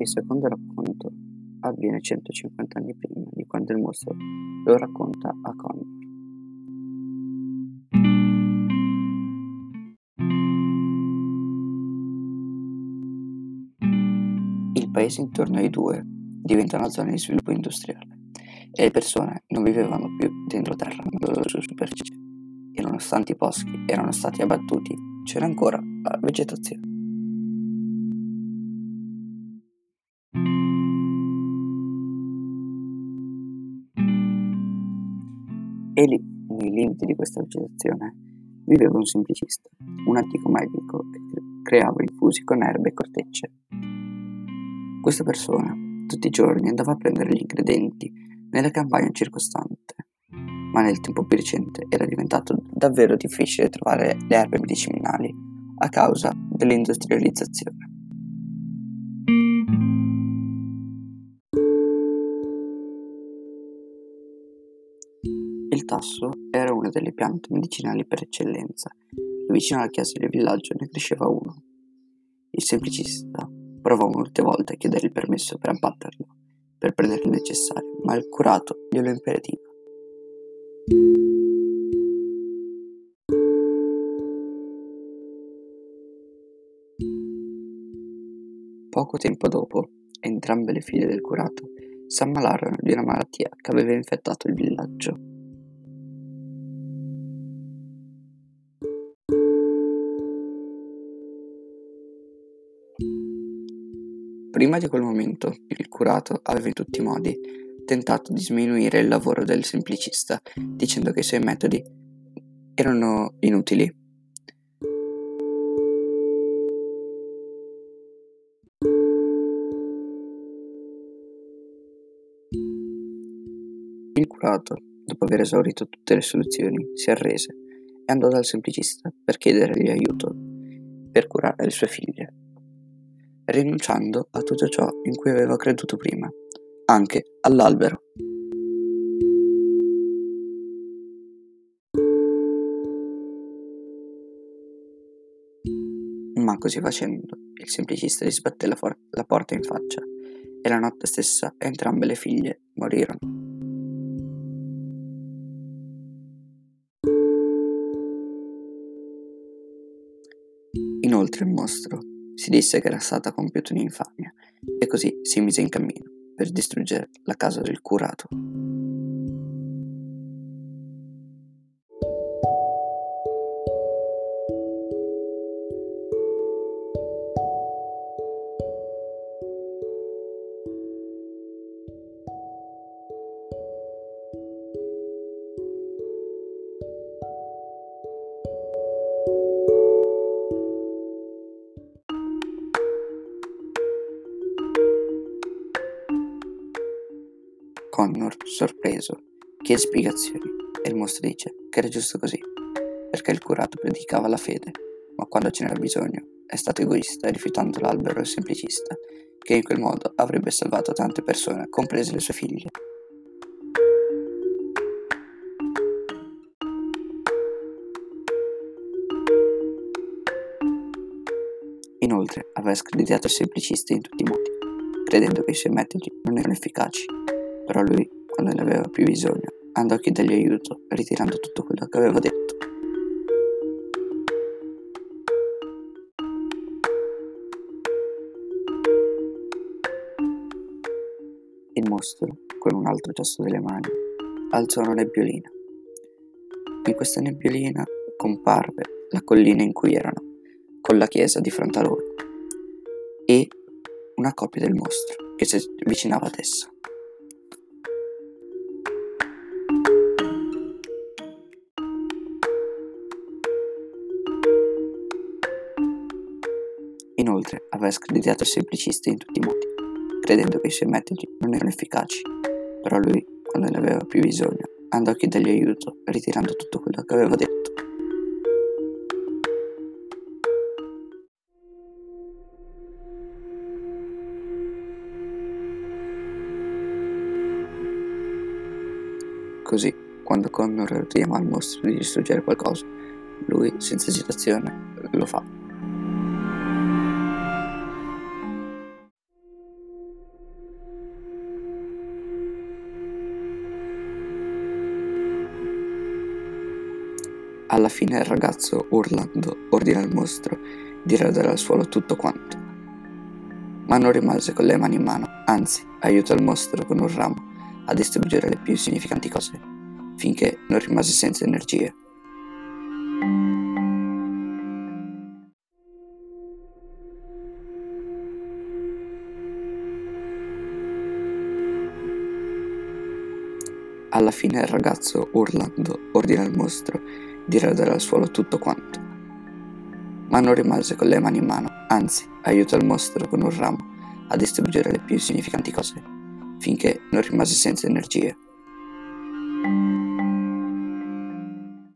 Il secondo racconto avviene 150 anni prima di quando il mostro lo racconta a Connor. Il paese intorno ai due diventa una zona di sviluppo industriale e le persone non vivevano più dentro terra ma solo su superficie, e nonostante i boschi erano stati abbattuti c'era ancora la vegetazione. E lì, nei limiti di questa vegetazione, viveva un semplicista, un antico medico che creava infusi con erbe e cortecce. Questa persona tutti i giorni andava a prendere gli ingredienti nella campagna circostante, ma nel tempo più recente era diventato davvero difficile trovare le erbe medicinali a causa dell'industrializzazione. Il tasso era una delle piante medicinali per eccellenza e vicino alla chiesa del villaggio ne cresceva uno. Il semplicista provò molte volte a chiedere il permesso per abbatterlo, per prendere il necessario, ma il curato glielo impediva. Poco tempo dopo, entrambe le figlie del curato si ammalarono di una malattia che aveva infettato il villaggio. Prima di quel momento, il curato aveva in tutti i modi tentato di sminuire il lavoro del semplicista, dicendo che i suoi metodi erano inutili. Il curato, dopo aver esaurito tutte le soluzioni, si arrese e andò dal semplicista per chiedergli aiuto per curare le sue figlie, rinunciando a tutto ciò in cui aveva creduto prima, anche all'albero. Ma così facendo, il semplicista gli sbatté la porta in faccia e la notte stessa entrambe le figlie morirono. Inoltre il mostro si disse che era stata compiuta un'infamia e così si mise in cammino per distruggere la casa del curato. Connor, sorpreso, chiede spiegazioni e il mostro dice che era giusto così, perché il curato predicava la fede, ma quando ce n'era bisogno è stato egoista rifiutando l'albero del semplicista, che in quel modo avrebbe salvato tante persone, comprese le sue figlie. Inoltre aveva screditato il semplicista in tutti i modi, credendo che i suoi metodi non erano efficaci, però lui, quando ne aveva più bisogno, andò a chiedergli aiuto, ritirando tutto quello che aveva detto. Il mostro, con un altro gesto delle mani, alzò una nebbiolina. In questa nebbiolina comparve la collina in cui erano, con la chiesa di fronte a loro, e una copia del mostro che si avvicinava ad essa. Inoltre aveva screditato il semplicista in tutti i modi, credendo che i suoi metodi non erano efficaci, però lui, quando ne aveva più bisogno, andò a chiedergli aiuto, ritirando tutto quello che aveva detto. Così, quando Connor richiama al mostro di distruggere qualcosa, lui, senza esitazione, lo fa. Alla fine il ragazzo, urlando, ordina al mostro di radere al suolo tutto quanto. Ma non rimase con le mani in mano, anzi, aiutò il mostro con un ramo a distruggere le più insignificanti cose, finché non rimase senza energie. Alla fine il ragazzo, urlando, ordina al mostro di radere al suolo tutto quanto. Ma non rimase con le mani in mano, anzi, aiutò il mostro con un ramo a distruggere le più insignificanti cose, finché non rimase senza energie.